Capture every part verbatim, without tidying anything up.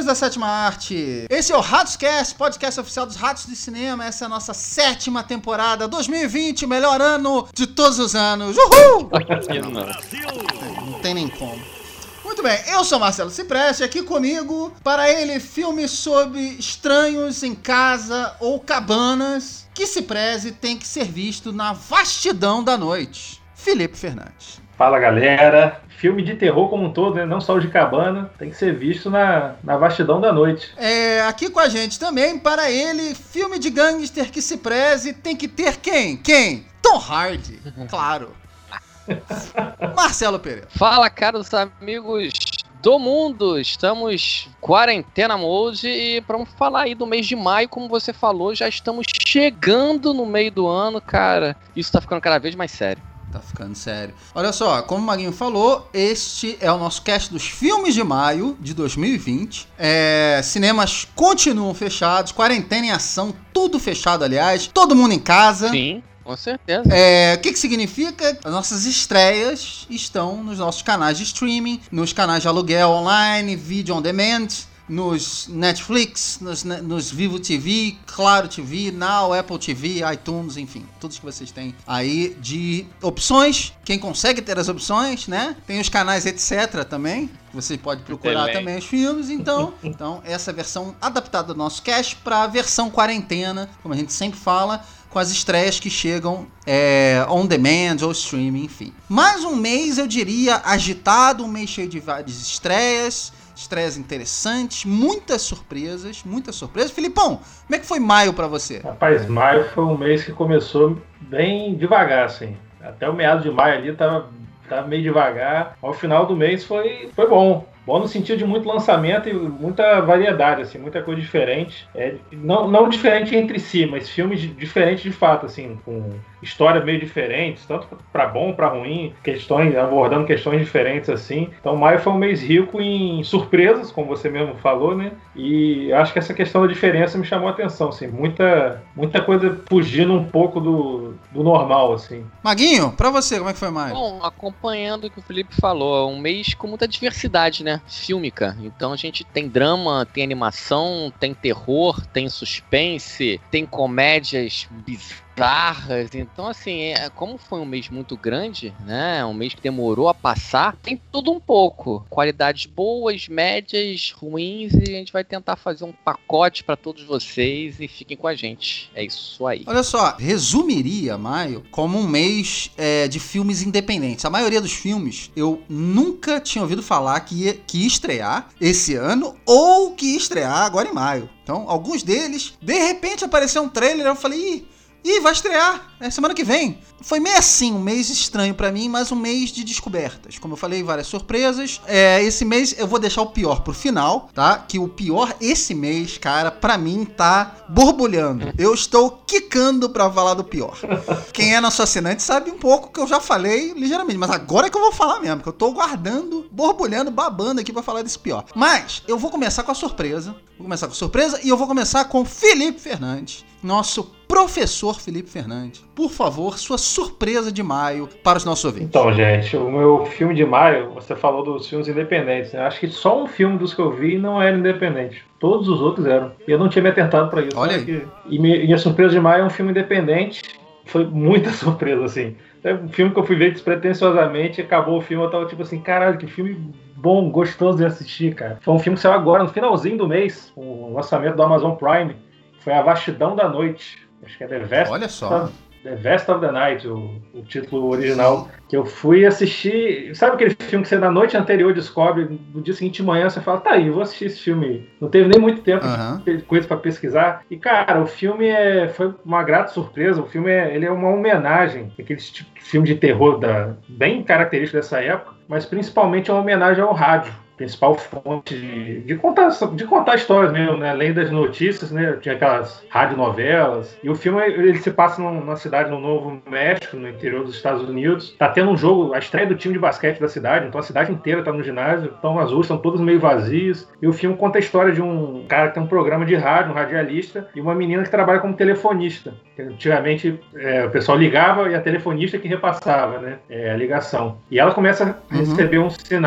amigos da Sétima Arte, esse é o Ratoscast, podcast oficial dos Ratos de Cinema. Essa é a nossa sétima temporada, dois mil e vinte, o melhor ano de todos os anos. Uhul! Não, não tem nem como. Muito bem, eu sou Marcelo Cipreste, aqui comigo, para ele, filmes sobre estranhos em casa ou cabanas, que se preze tem que ser visto na vastidão da noite. Felipe Fernandes. Fala, galera. Filme de terror como um todo, né? Não só o de cabana, tem que ser visto na, na vastidão da noite. É, aqui com a gente também, para ele, filme de gangster que se preze tem que ter quem? Quem? Tom Hardy, claro. Marcelo Pereira. Fala, caros amigos do mundo, estamos quarentena mode e vamos falar aí do mês de maio, como você falou, já estamos chegando no meio do ano, cara, isso tá ficando cada vez mais sério. Tá ficando sério. Olha só, como o Maguinho falou, este é o nosso cast dos filmes de maio de dois mil e vinte. É, cinemas continuam fechados, quarentena em ação, tudo fechado, aliás, todo mundo em casa. Sim. Com certeza. É, o que que significa? As nossas estreias estão nos nossos canais de streaming, nos canais de aluguel online, vídeo on demand, nos Netflix, nos, nos Vivo T V, Claro T V, Now, Apple T V, iTunes, enfim, todos que vocês têm aí de opções. Quem consegue ter as opções, né? Tem os canais etc também. Você pode procurar também. também os filmes, então, então essa versão adaptada do nosso cast para a versão quarentena, como a gente sempre fala, com as estreias que chegam é, on demand ou streaming, enfim. Mais um mês, eu diria, agitado, um mês cheio de várias estreias, estreias interessantes, muitas surpresas, muitas surpresas. Filipão, como é que foi maio pra você? Rapaz, maio foi um mês que começou bem devagar, assim. Até o meado de maio ali tava, tava meio devagar. Ao final do mês foi, foi bom. Bom no sentido de muito lançamento e muita variedade, assim, muita coisa diferente. É, não, não diferente entre si, mas filmes diferentes de fato, assim, com histórias meio diferentes, tanto para bom, para ruim, questões, abordando questões diferentes, assim. Então, maio foi um mês rico em surpresas, como você mesmo falou, né? E acho que essa questão da diferença me chamou a atenção, assim, muita, muita coisa fugindo um pouco do, do normal, assim. Maguinho, pra você, como é que foi maio? Bom, acompanhando o que o Felipe falou, é um mês com muita diversidade, né? Fílmica. Então a gente tem drama, tem animação, tem terror, tem suspense, tem comédias bizarras. Então, assim, é, como foi um mês muito grande, né? Um mês que demorou a passar, tem tudo um pouco. Qualidades boas, médias, ruins, e a gente vai tentar fazer um pacote para todos vocês e fiquem com a gente. É isso aí. Olha só, resumiria maio como um mês é, de filmes independentes. A maioria dos filmes eu nunca tinha ouvido falar que ia, que ia estrear esse ano ou que ia estrear agora em maio. Então, alguns deles, de repente apareceu um trailer, eu falei, ih, Ih, vai estrear, é semana que vem. Foi meio assim, um mês estranho pra mim, mas um mês de descobertas. Como eu falei, várias surpresas. É, esse mês eu vou deixar o pior pro final, tá? Que o pior esse mês, cara, pra mim tá borbulhando. Eu estou quicando pra falar do pior. Quem é nosso assinante sabe um pouco que eu já falei ligeiramente, mas agora é que eu vou falar mesmo, que eu tô guardando, borbulhando, babando aqui pra falar desse pior. Mas eu vou começar com a surpresa. Vou começar com a surpresa e eu vou começar com Felipe Fernandes, nosso professor Felipe Fernandes. Por favor, sua surpresa de maio para os nossos ouvintes. Então, gente, o meu filme de maio, você falou dos filmes independentes, né? Acho que só um filme dos que eu vi não era independente. Todos os outros eram. E eu não tinha me atentado para isso. Olha né? aí. E minha surpresa de maio é um filme independente. Foi muita surpresa, assim. É um filme que eu fui ver despretensiosamente, acabou o filme, eu tava tipo assim, caralho, que filme bom, gostoso de assistir, cara. Foi um filme que saiu agora, no finalzinho do mês, o lançamento do Amazon Prime. Foi A Vastidão da Noite. Acho que é The Vast, Olha só. The Vast of the Night, o, o título original. Que eu fui assistir. Sabe aquele filme que você na noite anterior descobre, no dia seguinte de manhã você fala, tá aí, eu vou assistir esse filme. Não teve nem muito tempo, uhum. coisa pra pesquisar. E cara, o filme é, foi uma grata surpresa. O filme é, ele é uma homenagem, aquele tipo de filme de terror da, bem característico dessa época, mas principalmente é uma homenagem ao rádio. Principal fonte de, de, contar, de contar histórias mesmo, né? Além das notícias, né? Tinha aquelas radionovelas. E o filme ele se passa numa cidade no Novo México, no interior dos Estados Unidos. Tá tendo um jogo, a estreia do time de basquete da cidade, então a cidade inteira tá no ginásio. Então as ruas estão todas meio vazias. E o filme conta a história de um cara que tem um programa de rádio, um radialista, e uma menina que trabalha como telefonista. Antigamente é, o pessoal ligava e a telefonista que repassava, né? É, a ligação. E ela começa a receber uhum. um sinal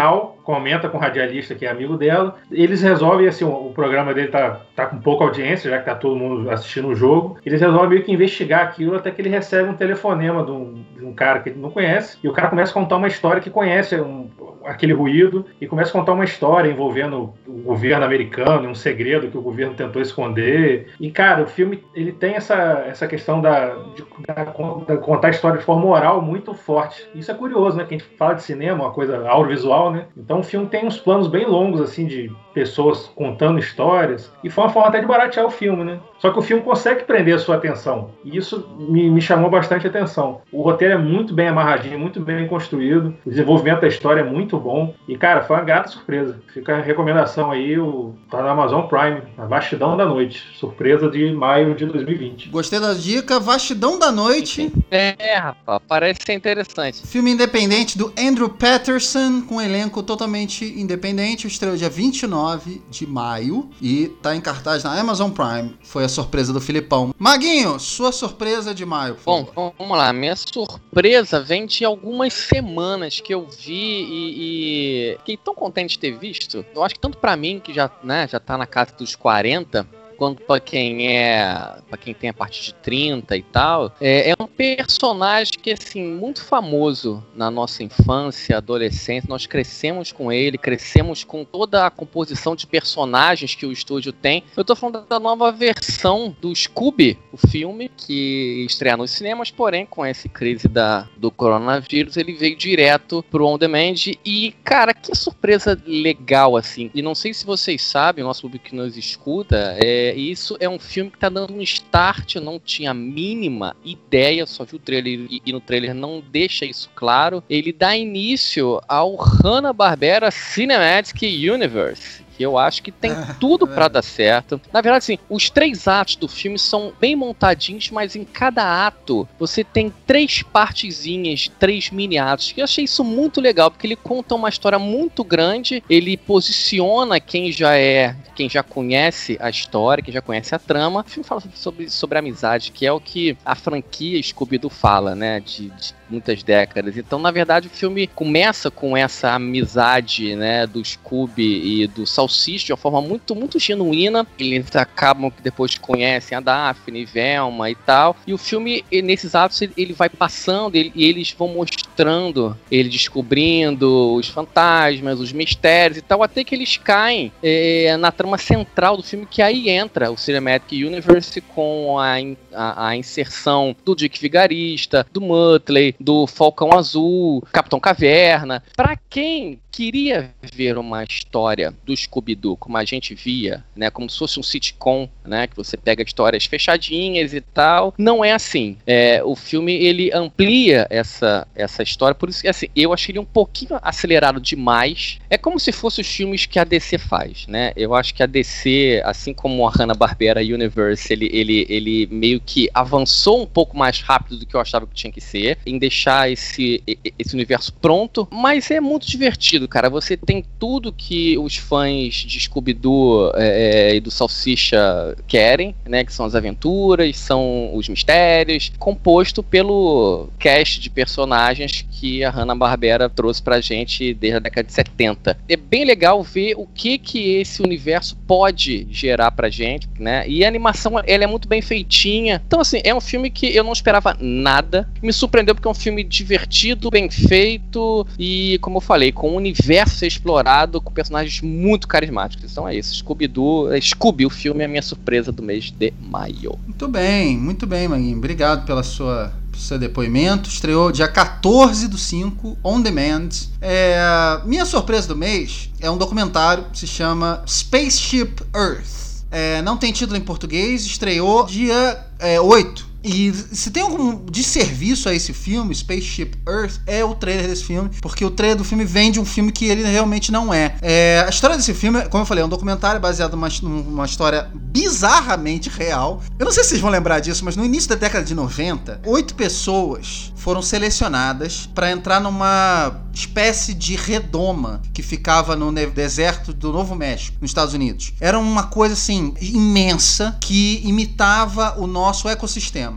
comenta com o radialista que é amigo dela. Eles resolvem, assim, o, o programa dele tá, tá com pouca audiência, já que tá todo mundo assistindo o jogo. Eles resolvem meio que investigar aquilo até que ele recebe um telefonema de um, de um cara que ele não conhece. E o cara começa a contar uma história que conhece um, aquele ruído e começa a contar uma história envolvendo o governo americano, um segredo que o governo tentou esconder. E, cara, o filme ele tem essa, essa questão da, de, da, da contar a história de forma oral muito forte. Isso é curioso, né? Que a gente fala de cinema, uma coisa audiovisual, né? Então o filme tem uns planos bem longos, assim, de pessoas contando histórias. E foi uma forma até de baratear o filme, né? Só que o filme consegue prender a sua atenção. E isso me, me chamou bastante atenção. O roteiro é muito bem amarradinho, muito bem construído. O desenvolvimento da história é muito bom. E, cara, foi uma grata surpresa. Fica a recomendação aí, o, tá na Amazon Prime, A Vastidão da Noite. Surpresa de maio de dois mil e vinte. Gostei da dica, Vastidão da Noite. É, rapaz, parece ser interessante. Filme independente do Andrew Patterson, com um elenco totalmente independente. Estreou dia vinte e nove de maio e tá em cartaz na Amazon Prime. Foi a surpresa do Filipão. Maguinho, sua surpresa de maio, por Bom, favor. vamos lá. Minha surpresa vem de algumas semanas que eu vi e, e fiquei tão contente de ter visto. Eu acho que tanto pra mim, que já, né, já tá na casa dos quarenta, quanto pra quem é, para quem tem a partir de trinta e tal, é, é um personagem que, assim, muito famoso na nossa infância, adolescência. Nós crescemos com ele, crescemos com toda a composição de personagens que o estúdio tem. Eu tô falando da nova versão do Scooby, o filme, que estreia nos cinemas, porém, com essa crise da, do coronavírus, ele veio direto pro On Demand. E, cara, que surpresa legal, assim. E não sei se vocês sabem, o nosso público que nos escuta, é isso é um filme que tá dando um start, eu não tinha a mínima ideia, só vi o trailer e, e no trailer não deixa isso claro. Ele dá início ao Hanna-Barbera Cinematic Universe, que eu acho que tem tudo pra dar certo. Na verdade, assim, os três atos do filme são bem montadinhos, mas em cada ato você tem três partezinhas, três mini-atos. Eu achei isso muito legal, porque ele conta uma história muito grande, ele posiciona quem já é, quem já conhece a história, quem já conhece a trama. O filme fala sobre, sobre amizade, que é o que a franquia Scooby-Doo fala, né, de, de muitas décadas. Então, na verdade, o filme começa com essa amizade, né, do Scooby e do Salsicha de uma forma muito, muito genuína. Eles acabam que depois conhecem a Daphne, Velma e tal. E o filme, nesses atos, ele, ele vai passando ele, e eles vão mostrando, ele descobrindo os fantasmas, os mistérios e tal, até que eles caem é, na trama central do filme, que aí entra o Cinematic Universe com a, a, a inserção do Dick Vigarista, do Muttley, do Falcão Azul, Capitão Caverna. Pra quem queria ver uma história do Scooby-Doo como a gente via, né, como se fosse um sitcom, né, que você pega histórias fechadinhas e tal, não é assim. É, o filme, ele amplia essa, essa história, por isso que, assim, eu achei ele um pouquinho acelerado demais. É como se fosse os filmes que a D C faz, né? Eu acho que a D C, assim como a Hanna-Barbera Universe, ele, ele, ele meio que avançou um pouco mais rápido do que eu achava que tinha que ser, em deixar esse, esse universo pronto, mas é muito divertido, cara. Você tem tudo que os fãs de Scooby-Doo é, e do Salsicha querem, né? Que são as aventuras, são os mistérios, composto pelo cast de personagens que a Hanna-Barbera trouxe pra gente desde a década de setenta. É bem legal ver o que que esse universo pode gerar pra gente, né? E a animação, ela é muito bem feitinha. Então, assim, é um filme que eu não esperava nada. Me surpreendeu porque é um filme divertido, bem feito e, como eu falei, com um universo explorado, com personagens muito carismáticos. Então é isso, Scooby-Doo, Scooby, o filme é a minha surpresa do mês de maio. Muito bem, muito bem, Maguinho. Obrigado pela sua... seu depoimento. Estreou dia quatorze do cinco, On Demand. É, minha surpresa do mês é um documentário que se chama Spaceship Earth. É, não tem título em português, estreou dia é, oito. E se tem algum desserviço a esse filme, Spaceship Earth, é o trailer desse filme, porque o trailer do filme vem de um filme que ele realmente não é. é a história desse filme, como eu falei, é um documentário baseado numa, numa história bizarramente real. Eu não sei se vocês vão lembrar disso, mas no início da década de noventa, oito pessoas foram selecionadas para entrar numa espécie de redoma que ficava no deserto do Novo México, nos Estados Unidos. Era uma coisa assim, imensa, que imitava o nosso ecossistema.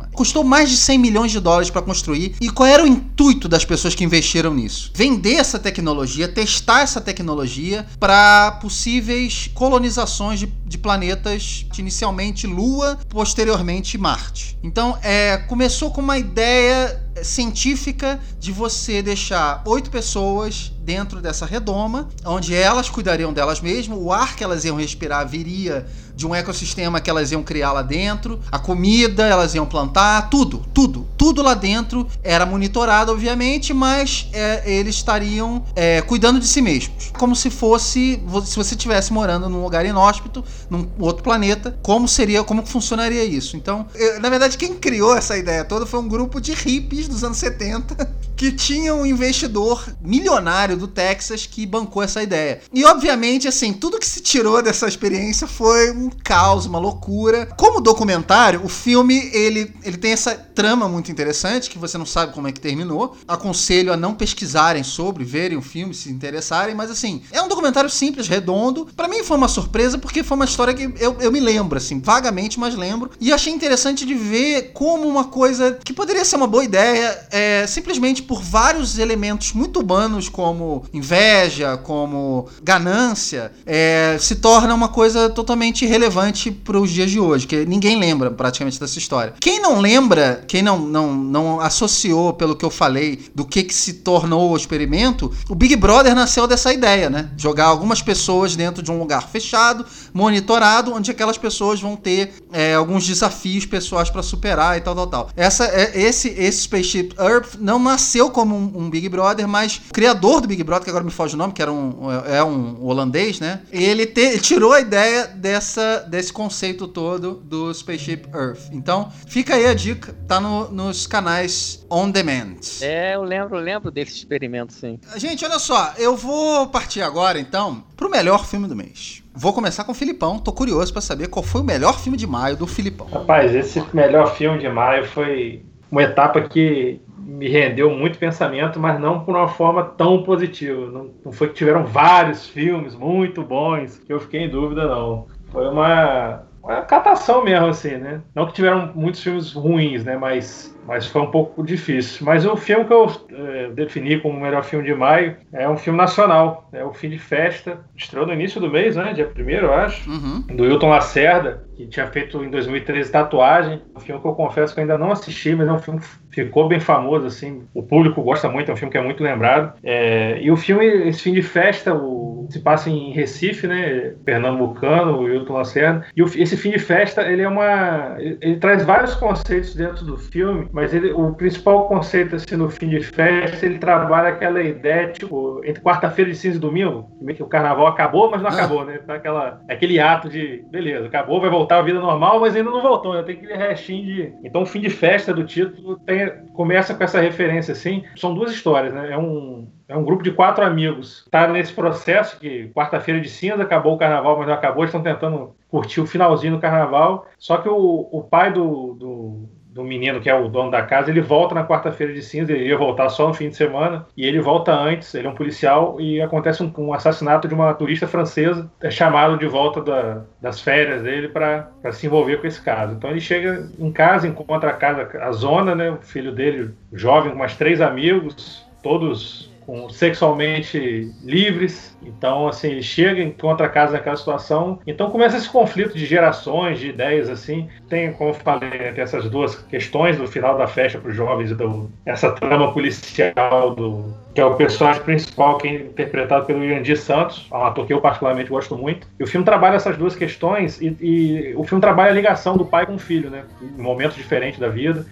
ecossistema. Custou mais de cem milhões de dólares para construir. E qual era o intuito das pessoas que investiram nisso? Vender essa tecnologia, testar essa tecnologia para possíveis colonizações de, de planetas, inicialmente Lua, posteriormente Marte. Então, é, começou com uma ideia científica de você deixar oito pessoas dentro dessa redoma, onde elas cuidariam delas mesmas, o ar que elas iam respirar viria de um ecossistema que elas iam criar lá dentro, a comida elas iam plantar, tudo, tudo, tudo lá dentro era monitorado, obviamente, mas é, eles estariam é, cuidando de si mesmos, como se fosse, se você estivesse morando num lugar inóspito, num outro planeta, como seria, como funcionaria isso? Então, eu, na verdade, quem criou essa ideia toda foi um grupo de hippies dos anos setenta, que tinha um investidor milionário do Texas que bancou essa ideia. E, obviamente, assim, tudo que se tirou dessa experiência foi um caos, uma loucura. Como documentário, o filme, ele, ele tem essa trama muito interessante, que você não sabe como é que terminou. Aconselho a não pesquisarem sobre, verem o filme, se interessarem, mas, assim, é um documentário simples, redondo. Pra mim foi uma surpresa, porque foi uma história que eu, eu me lembro, assim, vagamente, mas lembro. E achei interessante de ver como uma coisa que poderia ser uma boa ideia, é, simplesmente por vários elementos muito humanos, como inveja, como ganância, é, se torna uma coisa totalmente relevante para os dias de hoje, que ninguém lembra praticamente dessa história. Quem não lembra, quem não, não, não associou pelo que eu falei do que, que se tornou o experimento, o Big Brother nasceu dessa ideia, né? Jogar algumas pessoas dentro de um lugar fechado, monitorado, onde aquelas pessoas vão ter é, alguns desafios pessoais para superar e tal, tal, tal. Essa, é, esse, esse Spaceship Earth não nasceu como um, um Big Brother, mas o criador do Big Brother, que agora me foge o nome, que era um, é um holandês, né? Ele te, tirou a ideia dessa, desse conceito todo do Spaceship Earth. Então, fica aí a dica, tá no, nos canais On Demand. É, eu lembro, lembro desse experimento, sim. Gente, olha só, eu vou partir agora, então, pro melhor filme do mês. Vou começar com o Filipão, tô curioso pra saber qual foi o melhor filme de maio do Filipão. Rapaz, esse melhor filme de maio foi uma etapa que me rendeu muito pensamento, mas não por uma forma tão positiva. Não, não foi que tiveram vários filmes muito bons que eu fiquei em dúvida, não. Foi uma, uma catação mesmo, assim, né? Não que tiveram muitos filmes ruins, né? Mas, mas foi um pouco difícil. Mas o filme que eu é, defini como o melhor filme de maio é um filme nacional. É o Fim de Festa. Estreou no início do mês, né? Dia primeiro, eu acho. Uhum. Do Hilton Lacerda, que tinha feito em dois mil e treze Tatuagem. Um filme que eu confesso que eu ainda não assisti, mas é um filme que ficou bem famoso, assim. O público gosta muito, é um filme que é muito lembrado. É, e o filme, esse Fim de Festa, o, se passa em Recife, né? Pernambucano, o Hilton Lacerda. E o, esse Fim de Festa, ele é uma... Ele, ele traz vários conceitos dentro do filme, mas ele, o principal conceito, assim, no Fim de Festa, ele trabalha aquela ideia, tipo, entre quarta-feira de cinza e domingo, que o carnaval acabou, mas não acabou, né? Aquela, aquele ato de, beleza, acabou, vai voltar a vida normal, mas ainda não voltou, né? Tem aquele restinho de... Então, o Fim de Festa do título tem, começa com essa referência, assim. São duas histórias, né? É um... É um grupo de quatro amigos. Tá nesse processo que quarta-feira de cinza, acabou o carnaval, mas não acabou. Eles estão tentando curtir o finalzinho do carnaval. Só que o, o pai do, do, do menino, que é o dono da casa, ele volta na quarta-feira de cinza. Ele ia voltar só no fim de semana. E ele volta antes. Ele é um policial. E acontece um, um assassinato de uma turista francesa. É chamado de volta da, das férias dele para se envolver com esse caso. Então ele chega em casa, encontra a casa, a Zona, né? O filho dele, jovem, com mais três amigos, todos sexualmente livres. Então, assim, ele chega, encontra a casa naquela situação. Então começa esse conflito de gerações, de ideias, assim. Tem, como eu falei, tem essas duas questões do final da festa para os jovens, do, essa trama policial, do, que é o personagem principal, que é interpretado pelo Irandir Santos, um ator que eu particularmente gosto muito. E o filme trabalha essas duas questões e, e o filme trabalha a ligação do pai com o filho, né? Em momentos diferentes da vida.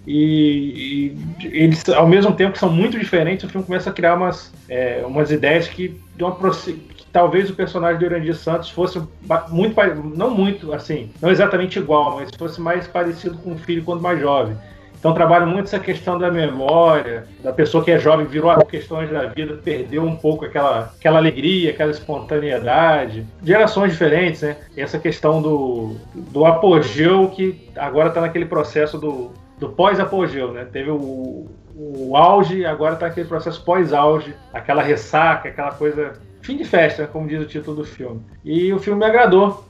E, e eles, ao mesmo tempo que são muito diferentes, o filme começa a criar umas, é, umas ideias que de uma que talvez o personagem do Irandir Santos fosse muito, não muito, assim, não exatamente igual, mas fosse mais parecido com o filho quando mais jovem. Então trabalha muito essa questão da memória, da pessoa que é jovem, virou a questões da vida, perdeu um pouco aquela, aquela alegria, aquela espontaneidade. Gerações diferentes, né? E essa questão do, do apogeu que agora está naquele processo do, do pós-apogeu, né? Teve o, o auge, agora está naquele processo pós-auge, aquela ressaca, aquela coisa... Fim de festa, como diz o título do filme. E o filme me agradou.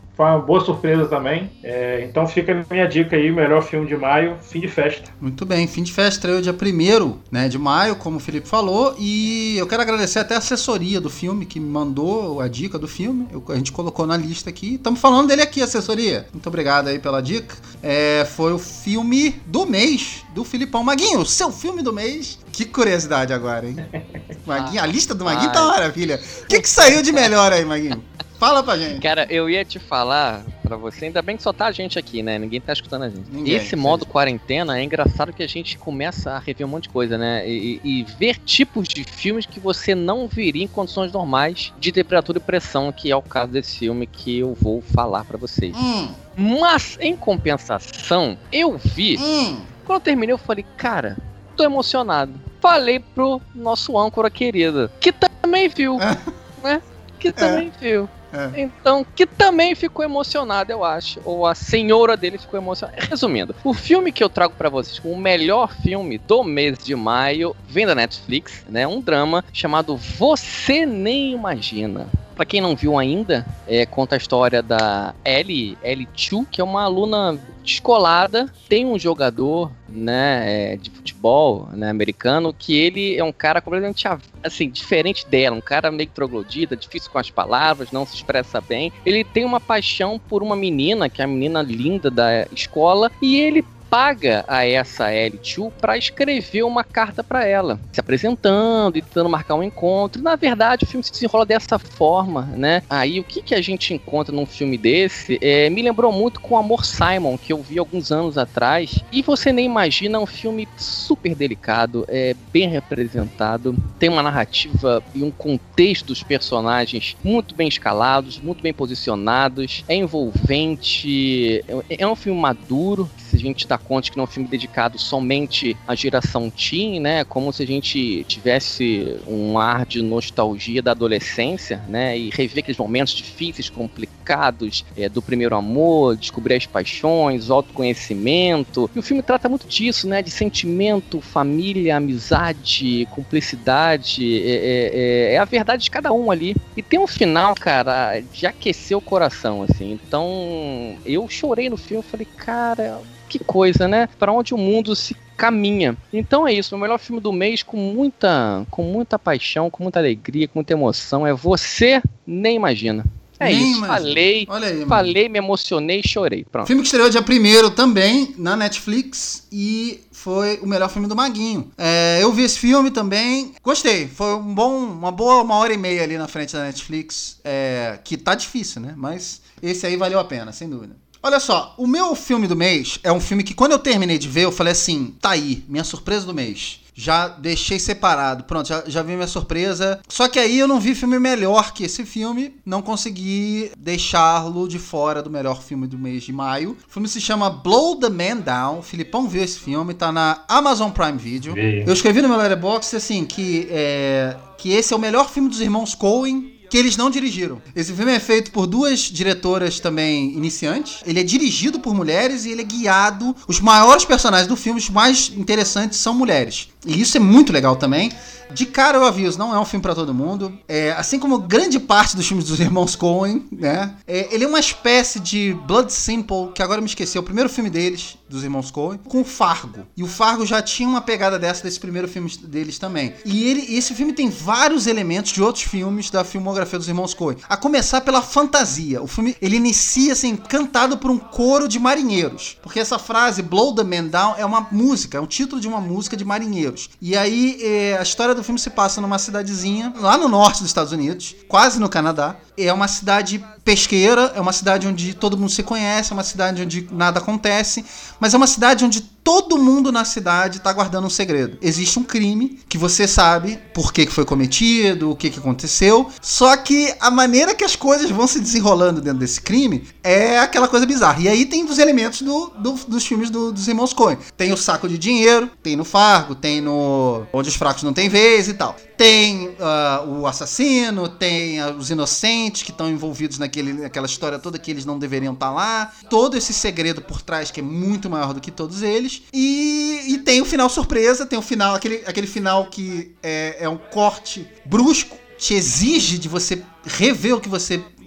foi uma boa surpresa também. É, então fica a minha dica aí, o melhor filme de maio, Fim de Festa. Muito bem, Fim de Festa estreou dia primeiro, né, de maio, como o Felipe falou, e eu quero agradecer até a assessoria do filme, que me mandou a dica do filme, eu, a gente colocou na lista aqui, estamos falando dele aqui, assessoria. Muito obrigado aí pela dica. É, foi o filme do mês do Filipão. Maguinho, seu filme do mês. Que curiosidade agora, hein? Maguinho, a lista do Maguinho tá uma maravilha. O que, que saiu de melhor aí, Maguinho? Fala pra gente. Cara, eu ia te falar pra você, ainda bem que só tá a gente aqui, né? Ninguém tá escutando a gente. Ninguém, Esse modo gente. quarentena é engraçado que a gente começa a rever um monte de coisa, né? E, e ver tipos de filmes que você não veria em condições normais de temperatura e pressão, que é o caso desse filme que eu vou falar pra vocês. Hum. Mas, em compensação, eu vi... Hum. Quando eu terminei, eu falei, cara, tô emocionado. Falei pro nosso âncora querido, que também viu, né? Que também é. viu. É. Então, que também ficou emocionado, eu acho. Ou a senhora dele ficou emocionada. Resumindo, o filme que eu trago pra vocês como o melhor filme do mês de maio vem da Netflix, né? Um drama chamado Você Nem Imagina. Pra quem não viu ainda, é, conta a história da Ellie, Ellie Chu, que é uma aluna descolada. Tem um jogador, né, é, de futebol, né, americano, que ele é um cara completamente assim, diferente dela, um cara meio troglodita, difícil com as palavras, não se expressa bem. Ele tem uma paixão por uma menina, que é a menina linda da escola, e ele paga a essa Ellie Chu pra escrever uma carta pra ela, se apresentando e tentando marcar um encontro. Na verdade, o filme se desenrola dessa forma, né? Aí, o que, que a gente encontra num filme desse é, me lembrou muito com Amor Simon, que eu vi alguns anos atrás. E Você Nem Imagina, é um filme super delicado, é bem representado, tem uma narrativa e um contexto dos personagens muito bem escalados, muito bem posicionados, é envolvente, é um filme maduro, se a gente dá conta que não é um filme dedicado somente à geração teen, né? Como se a gente tivesse um ar de nostalgia da adolescência, né? E rever aqueles momentos difíceis, complicados, é, do primeiro amor, descobrir as paixões, o autoconhecimento. E o filme trata muito disso, né? De sentimento, família, amizade, cumplicidade. É, é, é a verdade de cada um ali. E tem um final, cara, de aquecer o coração, assim. Então, eu chorei no filme, falei, cara... Que coisa, né? Para onde o mundo se caminha. Então é isso, o melhor filme do mês com muita, com muita paixão, com muita alegria, com muita emoção. É Você Nem Imagina. É nem isso, imagina. falei, Olha aí, falei, me emocionei e chorei. Pronto. Filme que estreou dia primeiro também na Netflix e foi o melhor filme do Maguinho. É, eu vi esse filme também, gostei. Foi um bom, uma boa uma hora e meia ali na frente da Netflix, é, que tá difícil, né? Mas esse aí valeu a pena, sem dúvida. Olha só, o meu filme do mês é um filme que quando eu terminei de ver, eu falei assim, tá aí, minha surpresa do mês. Já deixei separado, pronto, já, já vi minha surpresa. Só que aí eu não vi filme melhor que esse filme, não consegui deixá-lo de fora do melhor filme do mês de maio. O filme se chama Blow the Man Down, o Filipão viu esse filme, tá na Amazon Prime Video. Vi. Eu escrevi no meu Letterboxd assim, que, é, que esse é o melhor filme dos irmãos Coen, que eles não dirigiram. Esse filme é feito por duas diretoras também iniciantes. Ele é dirigido por mulheres e ele é guiado... Os maiores personagens do filme, os mais interessantes, são mulheres. E isso é muito legal também. De cara eu aviso, não é um filme pra todo mundo. É, assim como grande parte dos filmes dos irmãos Coen, né? É, ele é uma espécie de Blood Simple, que agora eu me esqueci, é o primeiro filme deles, dos irmãos Coen, com o Fargo. E o Fargo já tinha uma pegada dessa desse primeiro filme deles também. E ele, esse filme tem vários elementos de outros filmes da filmografia dos irmãos Coen. A começar pela fantasia. O filme, ele inicia assim, cantado por um coro de marinheiros. Porque essa frase, Blow the Man Down, é uma música, é um título de uma música de marinheiros. E aí, é, a história do filme se passa numa cidadezinha, lá no norte dos Estados Unidos, quase no Canadá. É uma cidade pesqueira, é uma cidade onde todo mundo se conhece, é uma cidade onde nada acontece, mas é uma cidade onde todo mundo na cidade está guardando um segredo. Existe um crime que você sabe por que, que foi cometido, o que, que aconteceu, só que a maneira que as coisas vão se desenrolando dentro desse crime é aquela coisa bizarra. E aí tem os elementos do, do, dos filmes do, dos irmãos Coen. Tem o saco de dinheiro, tem no Fargo, tem no Onde os Fracos Não Têm Vez e tal. Tem uh, o assassino, tem uh, os inocentes que estão envolvidos naquele, naquela história toda que eles não deveriam estar lá. Todo esse segredo por trás que é muito maior do que todos eles. E, e tem o final surpresa, tem o final, aquele, aquele final que é, é um corte brusco, te exige de você rever o que você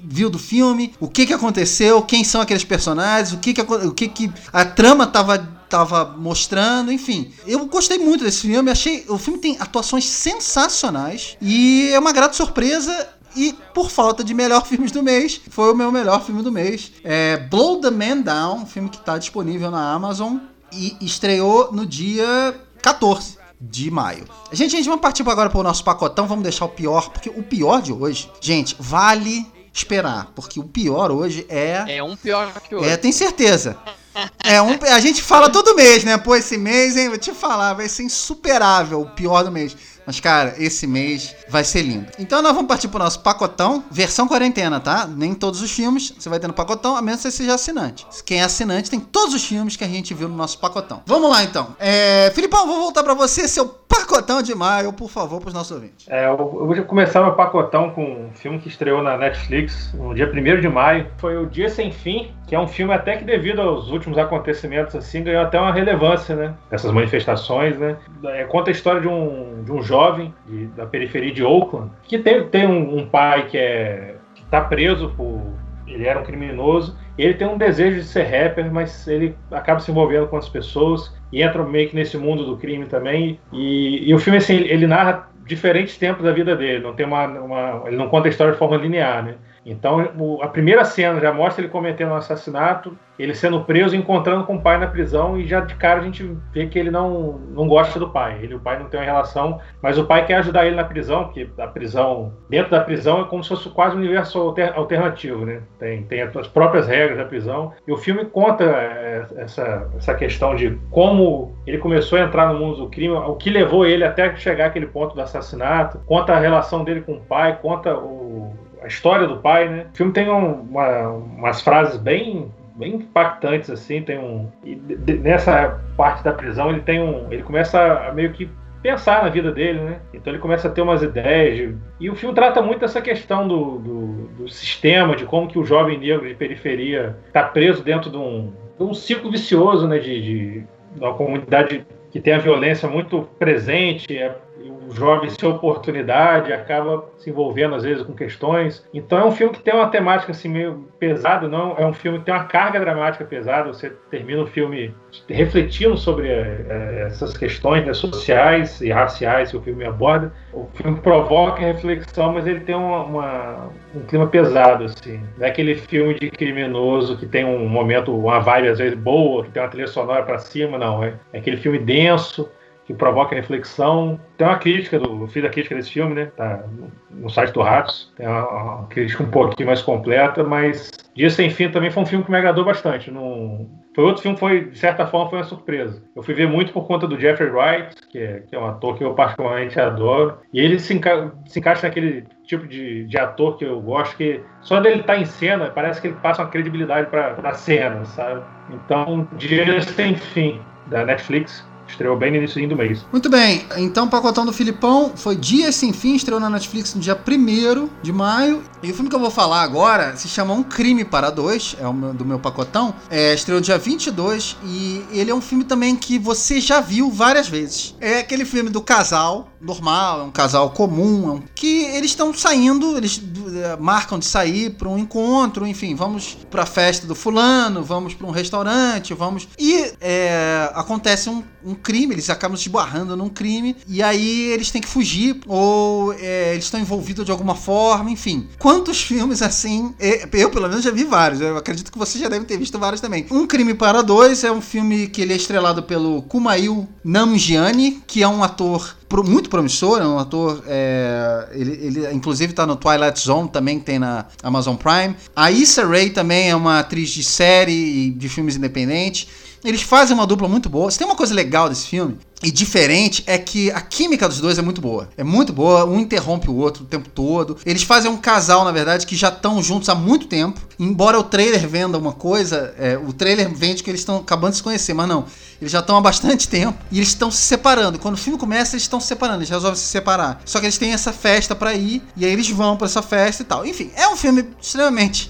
viu do filme, o que que aconteceu, quem são aqueles personagens, o que que, o que, que a trama tava, tava mostrando, enfim. Eu gostei muito desse filme, achei, o filme tem atuações sensacionais e é uma grata surpresa. E, por falta de melhor filmes do mês, foi o meu melhor filme do mês. É Blow the Man Down, um filme que está disponível na Amazon e estreou no dia quatorze de maio. Gente, a gente vai partir agora para o nosso pacotão, vamos deixar o pior, porque o pior de hoje, gente, vale esperar, porque o pior hoje é... É um pior que o outro. É, tem certeza. É um, a gente fala todo mês, né? Pô, esse mês, hein, vou te falar, vai ser insuperável o pior do mês. Mas, cara, esse mês vai ser lindo. Então nós vamos partir pro nosso pacotão, versão quarentena, tá? Nem todos os filmes você vai ter no pacotão, a menos que você seja assinante. Quem é assinante tem todos os filmes que a gente viu no nosso pacotão. Vamos lá, então. É, Filipão, vou voltar pra você, seu pacotão de maio, por favor, pros nossos ouvintes. É, eu vou começar meu pacotão com um filme que estreou na Netflix no dia primeiro de maio. Foi O Dia Sem Fim, que é um filme até que devido aos últimos acontecimentos, assim, ganhou até uma relevância, né? Essas manifestações, né? É, conta a história de um, de um jovem de, da periferia de Oakland, que tem, tem um, um pai que é que tá preso por... Ele era um criminoso, e ele tem um desejo de ser rapper, mas ele acaba se envolvendo com as pessoas e entra meio que nesse mundo do crime também. E, e o filme, assim, ele narra diferentes tempos da vida dele, não tem uma, uma, ele não conta a história de forma linear, né? Então, o, a primeira cena já mostra ele cometendo um assassinato, ele sendo preso, encontrando com o pai na prisão, e já de cara a gente vê que ele não, não gosta do pai. Ele e o pai não tem uma relação, mas o pai quer ajudar ele na prisão, porque a prisão, dentro da prisão, é como se fosse quase um universo alter, alternativo, né? Tem, tem as próprias regras da prisão. E o filme conta é, essa, essa questão de como ele começou a entrar no mundo do crime, o que levou ele até chegar àquele ponto do assassinato, conta a relação dele com o pai, conta o... a história do pai, né? O filme tem um, uma, umas frases bem, bem impactantes, assim, tem um... E de, nessa parte da prisão ele tem um... Ele começa a meio que pensar na vida dele, né? Então ele começa a ter umas ideias. De, e o filme trata muito essa questão do, do, do sistema, de como que o jovem negro de periferia está preso dentro de um, de um ciclo vicioso, né? De, de, de uma comunidade que tem a violência muito presente, é, o jovem sem oportunidade acaba se envolvendo às vezes com questões. Então é um filme que tem uma temática assim meio pesada, não é um filme que tem uma carga dramática pesada. Você termina o filme refletindo sobre é, essas questões, né, sociais e raciais que o filme aborda. O filme provoca reflexão, mas ele tem uma, uma, um clima pesado, assim. Não é aquele filme de criminoso que tem um momento, uma vibe às vezes boa, que tem uma trilha sonora pra cima, não. É, é aquele filme denso, que provoca reflexão. Tem uma crítica, do, eu fiz a crítica desse filme, né? Tá no site do Ratos. Tem uma, uma crítica um pouquinho mais completa, mas Dia Sem Fim também foi um filme que me agradou bastante. Não... Foi outro filme que foi, de certa forma, foi uma surpresa. Eu fui ver muito por conta do Jeffrey Wright, que é, que é um ator que eu particularmente adoro. E ele se, enca... se encaixa naquele tipo de, de ator que eu gosto, que só dele estar em cena, parece que ele passa uma credibilidade para a cena, sabe? Então, Dia Sem Fim, da Netflix, estreou bem no início do mês. Muito bem, então o pacotão do Filipão foi Dias Sem Fim, estreou na Netflix no dia primeiro de maio. E o filme que eu vou falar agora se chama Um Crime para Dois, é o meu, do meu pacotão. É, estreou dia vinte e dois e ele é um filme também que você já viu várias vezes. É aquele filme do casal normal, é um casal comum, é um, que eles estão saindo, eles é, marcam de sair para um encontro, enfim, vamos para a festa do fulano, vamos para um restaurante, vamos... E é, acontece um, um crime, eles acabam se esbarrando num crime, e aí eles têm que fugir, ou é, eles estão envolvidos de alguma forma, enfim. Quantos filmes assim, eu pelo menos já vi vários, eu acredito que você já deve ter visto vários também. Um Crime para Dois é um filme que ele é estrelado pelo Kumail Nanjiani, que é um ator muito promissor, é um ator, é, ele, ele inclusive está no Twilight Zone, também que tem na Amazon Prime. A Issa Rae também é uma atriz de série e de filmes independentes. Eles fazem uma dupla muito boa. Se tem uma coisa legal desse filme e diferente, é que a química dos dois é muito boa. É muito boa, um interrompe o outro o tempo todo. Eles fazem um casal, na verdade, que já estão juntos há muito tempo. Embora o trailer venda uma coisa, é, o trailer vende que eles estão acabando de se conhecer, mas não. Eles já estão há bastante tempo e eles estão se separando. Quando o filme começa, eles estão se separando, eles resolvem se separar. Só que eles têm essa festa pra ir, e aí eles vão pra essa festa e tal. Enfim, é um filme extremamente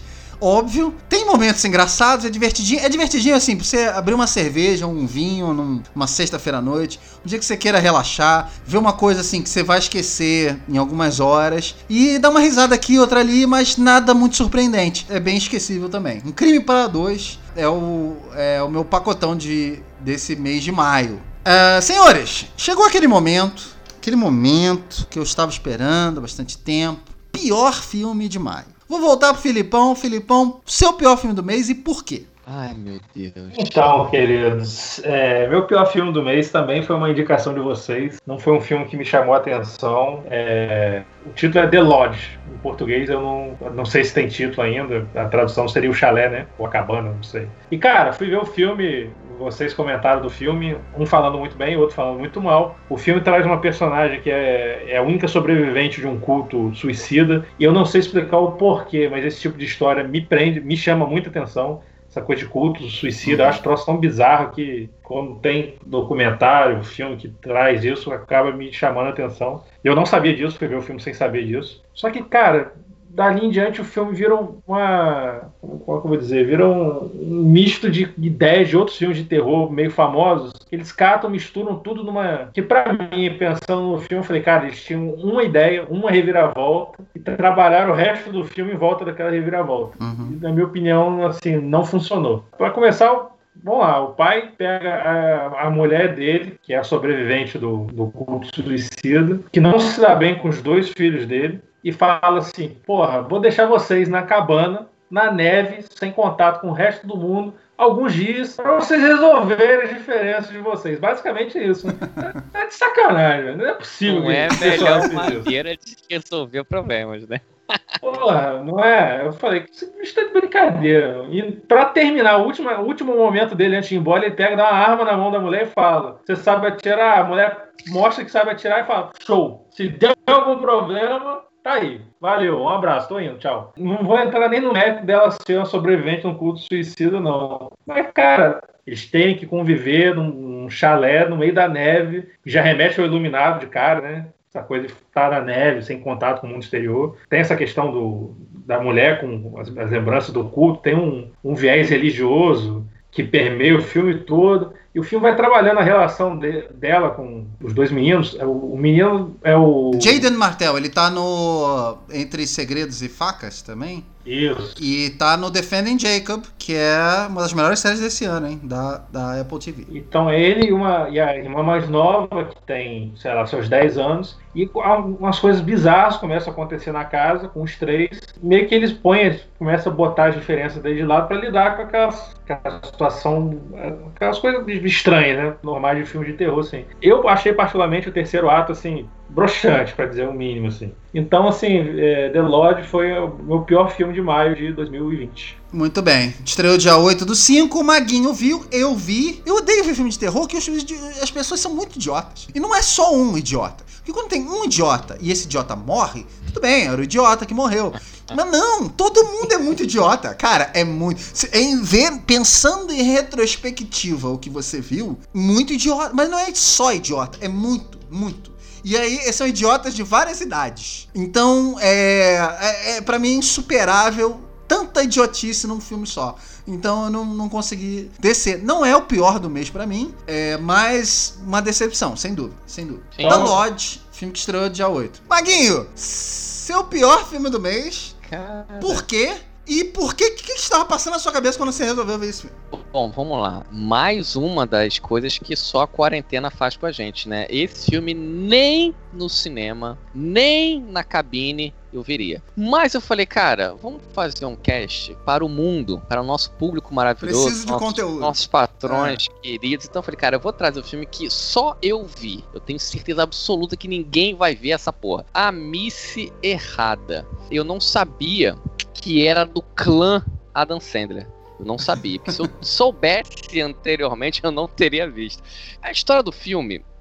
óbvio. Tem momentos engraçados, é divertidinho. É divertidinho, assim, pra você abrir uma cerveja, um vinho, numa sexta-feira à noite, um dia que você queira relaxar, ver uma coisa, assim, que você vai esquecer em algumas horas, e dar uma risada aqui, outra ali, mas nada muito surpreendente. É bem esquecível também. Um Crime para Dois é o, é o meu pacotão de, desse mês de maio. Uh, senhores, chegou aquele momento, aquele momento que eu estava esperando há bastante tempo. Pior filme de maio. Vou voltar pro Filipão. Filipão, seu pior filme do mês e por quê? Ai, meu Deus. Então, queridos, é, meu pior filme do mês também foi uma indicação de vocês. Não foi um filme que me chamou a atenção. É, o título é The Lodge. Em português eu não, não sei se tem título ainda. A tradução seria o chalé, né? Ou a cabana, não sei. E, cara, fui ver o filme... Vocês comentaram do filme, um falando muito bem, o outro falando muito mal. O filme traz uma personagem que é, é a única sobrevivente de um culto suicida. E eu não sei explicar o porquê, mas esse tipo de história me prende, me chama muita atenção. Essa coisa de culto suicida, uhum. Eu acho um troço tão bizarro que quando tem documentário, filme que traz isso, acaba me chamando a atenção. Eu não sabia disso, fui ver o filme sem saber disso. Só que, cara... Dali em diante o filme vira uma... Como é que eu vou dizer? Vira um, um misto de ideias de outros filmes de terror meio famosos. Eles catam, misturam tudo numa... Que pra mim, pensando no filme, eu falei, cara, eles tinham uma ideia, uma reviravolta e trabalharam o resto do filme em volta daquela reviravolta. Uhum. E, na minha opinião, assim, não funcionou. Pra começar... Vamos lá, o pai pega a, a mulher dele, que é a sobrevivente do, do culto suicida, que não se dá bem com os dois filhos dele, e fala assim, porra, vou deixar vocês na cabana, na neve, sem contato com o resto do mundo, alguns dias, para vocês resolverem as diferenças de vocês. Basicamente isso. É de sacanagem, não é possível. Não é a melhor maneira de resolver problemas, né? Porra, não é? Eu falei, isso está de brincadeira. E pra terminar, o último, o último momento dele antes de ir embora, ele pega, dá uma arma na mão da mulher e fala, você sabe atirar? A mulher mostra que sabe atirar e fala, show. Se der algum problema, tá aí. Valeu, um abraço, tô indo, tchau. Não vou entrar nem no mérito dela ser uma sobrevivente num culto suicida, não. Mas, cara, eles têm que conviver num, num chalé no meio da neve, que já remete ao Iluminado de cara, né? Essa coisa de estar na neve, sem contato com o mundo exterior. Tem essa questão do, da mulher com as, as lembranças do culto, tem um, um viés religioso que permeia o filme todo. E o filme vai trabalhando a relação de, dela com os dois meninos. O, o menino é o... Jaden Martell, ele tá no Entre Segredos e Facas também? Isso. E tá no Defending Jacob, que é uma das melhores séries desse ano, hein? Da, da Apple T V. Então ele e, uma, e a irmã mais nova, que tem, sei lá, seus dez anos, e umas coisas bizarras começam a acontecer na casa com os três. Meio que eles põem, começam a botar as diferenças deles de lado pra lidar com aquelas, aquela situação, aquelas coisas estranhas, né? Normais de filme de terror, assim. Eu achei particularmente o terceiro ato, assim, broxante, pra dizer o mínimo, assim. Então, assim, é, The Lodge foi o meu pior filme de maio de dois mil e vinte. Muito bem. Estreou dia oito do cinco, o Maguinho viu, eu vi. Eu odeio ver filme de terror, que os, as pessoas são muito idiotas. E não é só um idiota. Porque quando tem um idiota e esse idiota morre, tudo bem, era o idiota que morreu. Mas não, todo mundo é muito idiota. Cara, é muito... Em ver, pensando em retrospectiva o que você viu, muito idiota. Mas não é só idiota, é muito, muito. E aí, são idiotas de várias idades. Então, é, é, é pra mim, insuperável tanta idiotice num filme só. Então, eu não, não consegui descer. Não é o pior do mês pra mim, é mais uma decepção, sem dúvida, sem dúvida. Sim. The Lodge, filme que estreou dia oito. Maguinho, seu pior filme do mês, cara... por quê? E por que, que que estava passando na sua cabeça quando você resolveu ver esse filme? Bom, vamos lá. Mais uma das coisas que só a quarentena faz com a gente, né? Esse filme nem no cinema, nem na cabine eu veria. Mas eu falei, cara, vamos fazer um cast para o mundo, para o nosso público maravilhoso. Preciso de nossos, conteúdo. Nossos patrões é. queridos. Então eu falei, cara, eu vou trazer um filme que só eu vi. Eu tenho certeza absoluta que ninguém vai ver essa porra. A Missy Errada. Eu não sabia que era do clã Adam Sandler. Eu não sabia, porque se eu soubesse anteriormente, eu não teria visto. A história do filme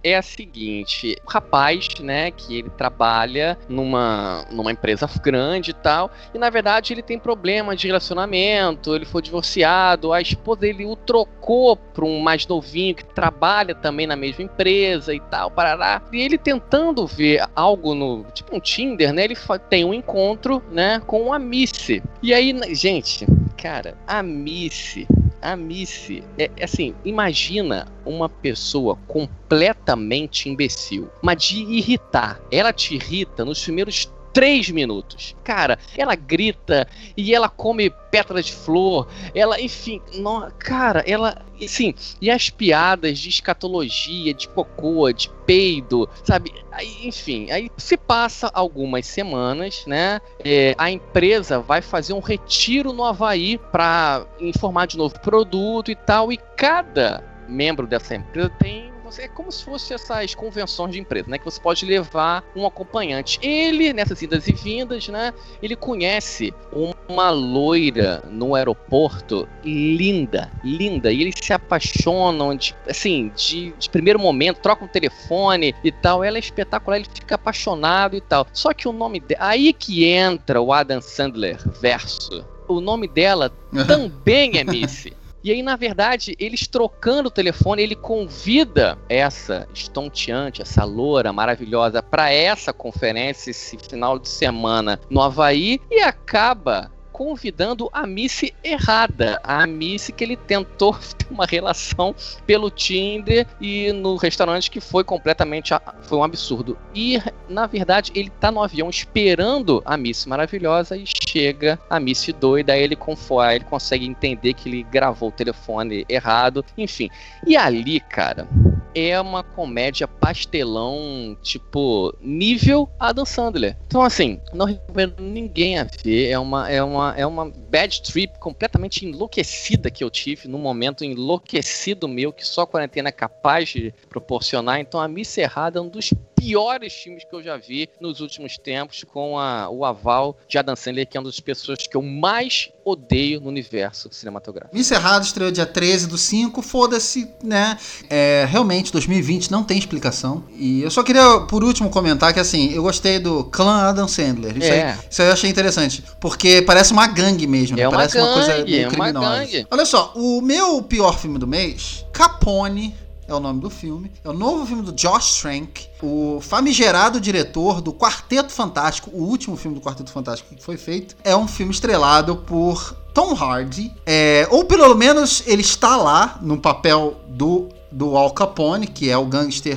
é a seguinte, o rapaz, né, que ele trabalha numa, numa empresa grande e tal, e na verdade ele tem problema de relacionamento, ele foi divorciado, a esposa dele o trocou para um mais novinho que trabalha também na mesma empresa e tal, parará. E ele tentando ver algo no, tipo um Tinder, né, ele tem um encontro, né, com a Missy. E aí, gente, cara, a Missy... A Missy, é, é assim, imagina uma pessoa completamente imbecil, mas de irritar. Ela te irrita nos primeiros três minutos. Cara, ela grita e ela come pétalas de flor, ela, enfim, não, cara, ela, assim, e as piadas de escatologia, de cocô, de peido, sabe, aí, enfim, aí se passa algumas semanas, né, é, a empresa vai fazer um retiro no Havaí para informar de novo produto e tal, e cada membro dessa empresa tem... É como se fosse essas convenções de empresa, né? Que você pode levar um acompanhante. Ele, nessas idas e vindas, né? Ele conhece uma loira no aeroporto linda, linda. E eles se apaixonam, de, assim, de, de primeiro momento, trocam o telefone e tal. Ela é espetacular, ele fica apaixonado e tal. Só que o nome dela... Aí que entra o Adam Sandler verso. O nome dela também é Missy. E aí, na verdade, eles trocando o telefone, ele convida essa estonteante, essa loura maravilhosa para essa conferência, esse final de semana no Havaí, e acaba convidando a Missy errada, a Missy que ele tentou ter uma relação pelo Tinder e no restaurante, que foi completamente, foi um absurdo. E na verdade ele tá no avião esperando a Missy maravilhosa e chega a Missy doida, aí ele conforme, ele consegue entender que ele gravou o telefone errado, enfim. E ali, cara, é uma comédia pastelão, tipo, nível Adam Sandler. Então, assim, não recomendo ninguém a ver. É uma, é uma, é uma bad trip completamente enlouquecida que eu tive, num momento enlouquecido meu, que só a quarentena é capaz de proporcionar. Então, A Missa Errada é um dos piores filmes que eu já vi nos últimos tempos, com a, o aval de Adam Sandler, que é uma das pessoas que eu mais odeio no universo cinematográfico. Missa Errada estreou dia treze do cinco, foda-se, né? É, realmente, dois mil e vinte não tem explicação. E eu só queria, por último, comentar que, assim, eu gostei do clã Adam Sandler. Isso, é. aí, isso aí eu achei interessante, porque parece uma gangue mesmo, né? É uma Parece gangue, uma coisa meio é criminosa. Uma gangue. Olha só, o meu pior filme do mês, Capone, é o nome do filme. É o novo filme do Josh Trank, o famigerado diretor do Quarteto Fantástico, o último filme do Quarteto Fantástico que foi feito. É um filme estrelado por Tom Hardy, é, ou pelo menos ele está lá no papel do, do Al Capone, que é o gangster,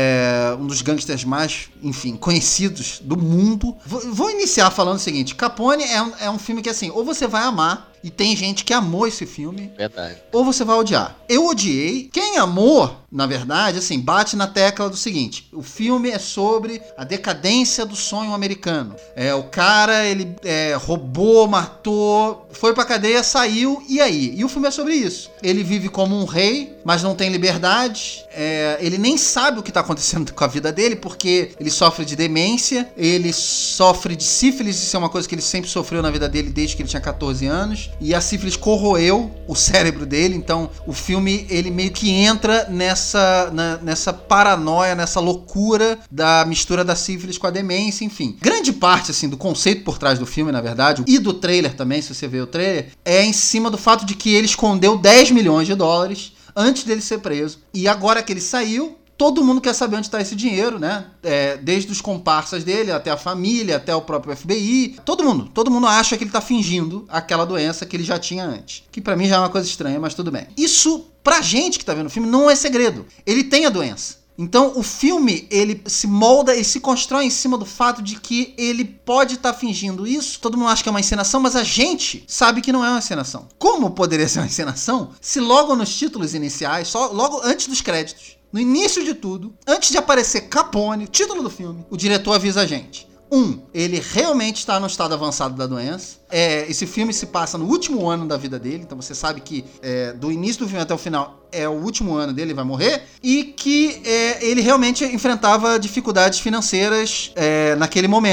é, um dos gangsters mais, enfim, conhecidos do mundo. Vou, vou iniciar falando o seguinte: Capone é um, é um filme que, assim, ou você vai amar, e tem gente que amou esse filme. Verdade. Ou você vai odiar. Eu odiei. Quem amou, na verdade, assim, bate na tecla do seguinte: o filme é sobre a decadência do sonho americano. É, o cara, ele é, roubou, matou, foi pra cadeia, saiu, e aí? E o filme é sobre isso. Ele vive como um rei, mas não tem liberdade. É, ele nem sabe o que tá acontecendo com a vida dele, porque ele sofre de demência, ele sofre de sífilis, isso é uma coisa que ele sempre sofreu na vida dele desde que ele tinha catorze anos. E a sífilis corroeu o cérebro dele, então o filme, ele meio que entra nessa, na, nessa paranoia, nessa loucura da mistura da sífilis com a demência, enfim. Grande parte, assim, do conceito por trás do filme, na verdade, e do trailer também, se você ver o trailer, é em cima do fato de que ele escondeu dez milhões de dólares antes dele ser preso. E agora que ele saiu, todo mundo quer saber onde está esse dinheiro, né? É, desde os comparsas dele, até a família, até o próprio F B I. Todo mundo. Todo mundo acha que ele tá fingindo aquela doença que ele já tinha antes. Que pra mim já é uma coisa estranha, mas tudo bem. Isso, pra gente que tá vendo o filme, não é segredo. Ele tem a doença. Então, o filme, ele se molda e se constrói em cima do fato de que ele pode estar tá fingindo isso. Todo mundo acha que é uma encenação, mas a gente sabe que não é uma encenação. Como poderia ser uma encenação se logo nos títulos iniciais, só logo antes dos créditos, no início de tudo, antes de aparecer Capone, o título do filme, o diretor avisa a gente: um, ele realmente está no estado avançado da doença. É, esse filme se passa no último ano da vida dele, então você sabe que é, do início do filme até o final é o último ano dele, ele vai morrer, e que é, ele realmente enfrentava dificuldades financeiras é, naquele momento.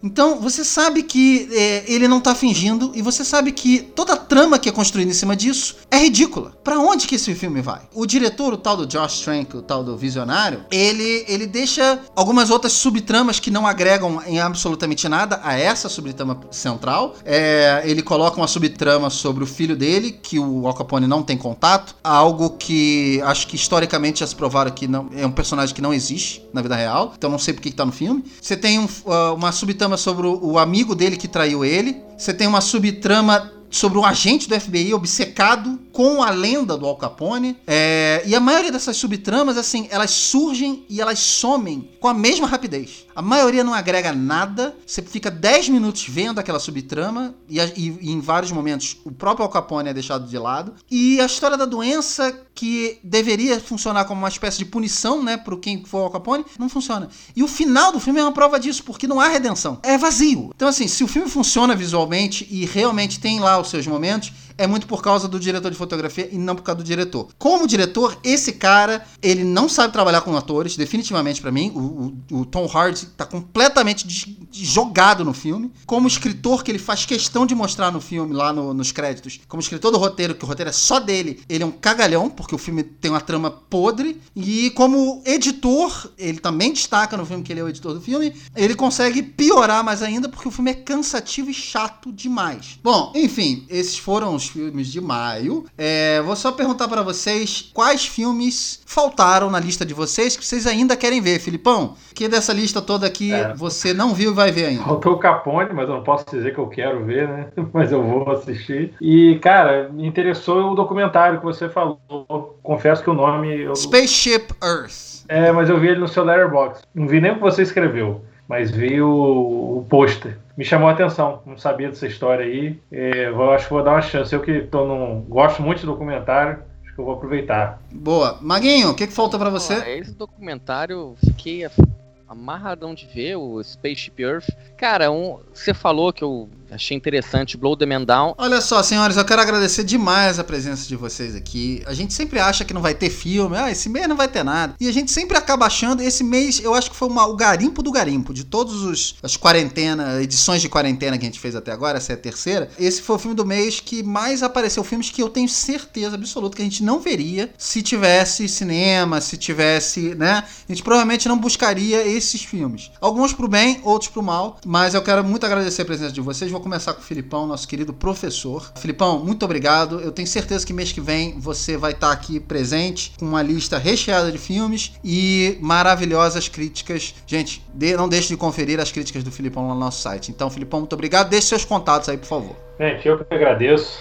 Então, você sabe que é, ele não tá fingindo e você sabe que toda a trama que é construída em cima disso é ridícula. Pra onde que esse filme vai? O diretor, o tal do Josh Trank, o tal do visionário, ele, ele deixa algumas outras subtramas que não agregam em absolutamente nada a essa subtrama central. É, ele coloca uma subtrama sobre o filho dele, que o Al Capone não tem contato, algo que acho que historicamente já se provaram que não, é um personagem que não existe na vida real, então não sei porque que tá no filme. Você tem um, uh, uma subtrama sobre o, o amigo dele que traiu ele, você tem uma subtrama sobre um agente do F B I obcecado com a lenda do Al Capone. É, e a maioria dessas subtramas, assim, elas surgem e elas somem com a mesma rapidez. A maioria não agrega nada, você fica dez minutos vendo aquela subtrama e, e, e em vários momentos o próprio Al Capone é deixado de lado. E a história da doença, que deveria funcionar como uma espécie de punição, né, pro quem for o Al Capone, não funciona. E o final do filme é uma prova disso, porque não há redenção. É vazio. Então, assim, se o filme funciona visualmente e realmente tem lá os seus momentos, é muito por causa do diretor de fotografia e não por causa do diretor. Como diretor, esse cara, ele não sabe trabalhar com atores, definitivamente pra mim. O, o, o Tom Hardy tá completamente de, de jogado no filme. Como escritor, que ele faz questão de mostrar no filme, lá no, nos créditos, como escritor do roteiro, que o roteiro é só dele, ele é um cagalhão, porque o filme tem uma trama podre. E como editor, ele também destaca no filme que ele é o editor do filme, ele consegue piorar mais ainda, porque o filme é cansativo e chato demais. Bom, enfim, esses foram os filmes de maio. É, vou só perguntar pra vocês quais filmes faltaram na lista de vocês que vocês ainda querem ver, Filipão. Que dessa lista toda aqui é. você não viu e vai ver ainda. Faltou o Capone, mas eu não posso dizer que eu quero ver, né? Mas eu vou assistir. E, cara, me interessou o documentário que você falou. Confesso que o nome... Eu... Spaceship Earth. É, mas eu vi ele no seu Letterboxd. Não vi nem o que você escreveu, mas vi o, o pôster. Me chamou a atenção, não sabia dessa história aí. É, eu acho que vou dar uma chance. Eu que tô num, gosto muito de documentário, acho que eu vou aproveitar. Boa. Maguinho, o que, que falta pra você? Ah, esse documentário eu fiquei amarradão de ver, o Spaceship Earth. Cara, um, você falou que eu achei interessante, Blow the Man Down. Olha só, senhores, eu quero agradecer demais a presença de vocês aqui. A gente sempre acha que não vai ter filme, ah, esse mês não vai ter nada. E a gente sempre acaba achando, esse mês eu acho que foi uma, o garimpo do garimpo, de todas as quarentena, edições de quarentena que a gente fez até agora, essa é a terceira. Esse foi o filme do mês que mais apareceu filmes que eu tenho certeza absoluta que a gente não veria se tivesse cinema, se tivesse, né? A gente provavelmente não buscaria esses filmes. Alguns pro bem, outros pro mal, mas eu quero muito agradecer a presença de vocês. Vou começar com o Filipão, nosso querido professor. Filipão, muito obrigado. Eu tenho certeza que mês que vem você vai estar aqui presente com uma lista recheada de filmes e maravilhosas críticas. Gente, de, não deixe de conferir as críticas do Filipão lá no nosso site. Então, Filipão, muito obrigado. Deixe seus contatos aí, por favor. Gente, eu que agradeço.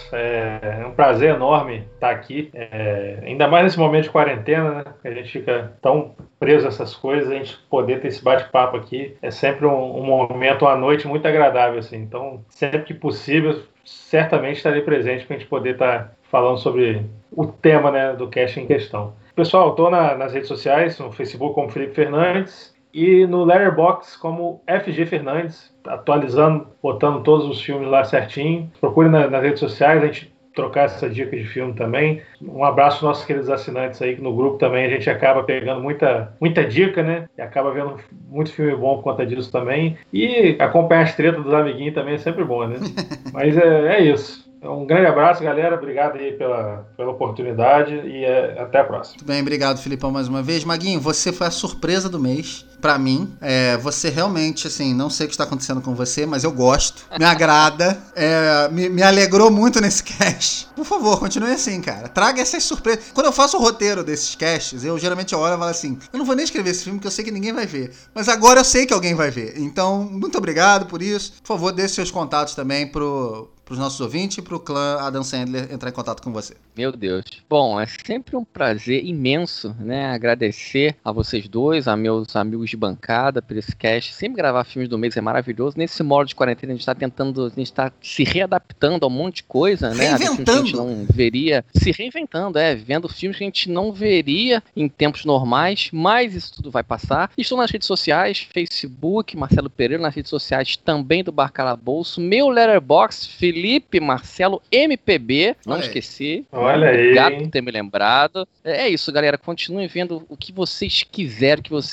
É um prazer enorme estar aqui. É, ainda mais nesse momento de quarentena, né? Que a gente fica tão preso a essas coisas, a gente poder ter esse bate-papo aqui é sempre um, um momento, uma noite muito agradável, assim. Então, sempre que possível, certamente estarei presente para a gente poder estar falando sobre o tema, né, do cast em questão. Pessoal, estou na, nas redes sociais, no Facebook como Felipe Fernandes e no Letterboxd como F G Fernandes, atualizando, botando todos os filmes lá certinho. Procure na, nas redes sociais, a gente trocar essa dica de filme também. Um abraço aos nossos queridos assinantes aí, que no grupo também a gente acaba pegando muita, muita dica, né? E acaba vendo muito filme bom por conta disso também. E acompanhar as tretas dos amiguinhos também é sempre bom, né? Mas é, é isso. Um grande abraço, galera. Obrigado aí pela, pela oportunidade e é, até a próxima. Muito bem, obrigado, Filipão, mais uma vez. Maguinho, você foi a surpresa do mês pra mim. É, você realmente, assim, não sei o que está acontecendo com você, mas eu gosto. Me agrada. É, me, me alegrou muito nesse cast. Por favor, continue assim, cara. Traga essas surpresas. Quando eu faço o roteiro desses casts, eu geralmente olho e falo assim, eu não vou nem escrever esse filme porque eu sei que ninguém vai ver. Mas agora eu sei que alguém vai ver. Então, muito obrigado por isso. Por favor, deixe seus contatos também pro... para os nossos ouvintes e para o clã Adam Sandler entrar em contato com você. Meu Deus. Bom, é sempre um prazer imenso, né? Agradecer a vocês dois, a meus amigos de bancada por esse cast. Sempre gravar filmes do mês é maravilhoso. Nesse modo de quarentena a gente está tentando, a gente está se readaptando a um monte de coisa, né? Reinventando. A gente não veria, se reinventando, é, vendo filmes que a gente não veria em tempos normais, mas isso tudo vai passar. Estou nas redes sociais, Facebook, Marcelo Pereira, nas redes sociais também do Bar Calabouço, meu Letterboxd, Felipe Marcelo M P B, não Olha esqueci. Olha aí. Obrigado por ter me lembrado. É isso, galera. Continuem vendo o que vocês quiserem, o que vocês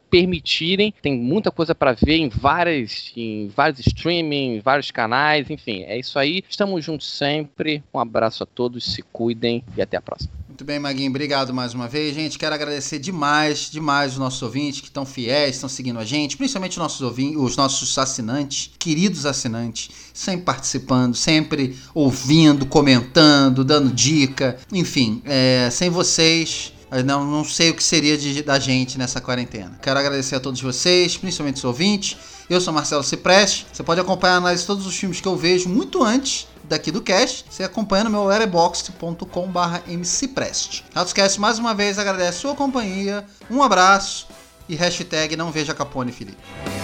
permitirem. Tem muita coisa para ver em várias, em vários streaming, vários canais, enfim, é isso aí. Estamos juntos sempre. Um abraço a todos, se cuidem e até a próxima. Muito bem, Maguinho, obrigado mais uma vez, gente. Quero agradecer demais, demais os nossos ouvintes que estão fiéis, estão seguindo a gente, principalmente os nossos ouvintes, os nossos assinantes, queridos assinantes, sempre participando, sempre ouvindo, comentando, dando dica, enfim, é, sem vocês, não, não sei o que seria de, da gente nessa quarentena. Quero agradecer a todos vocês, principalmente os ouvintes. Eu sou Marcelo Cipreste. Você pode acompanhar a análise de todos os filmes que eu vejo muito antes daqui do cast, você acompanha no meu letterboxd ponto com barra mcipreste. Autoscast mais uma vez agradece a sua companhia, um abraço e hashtag não veja Capone, Felipe.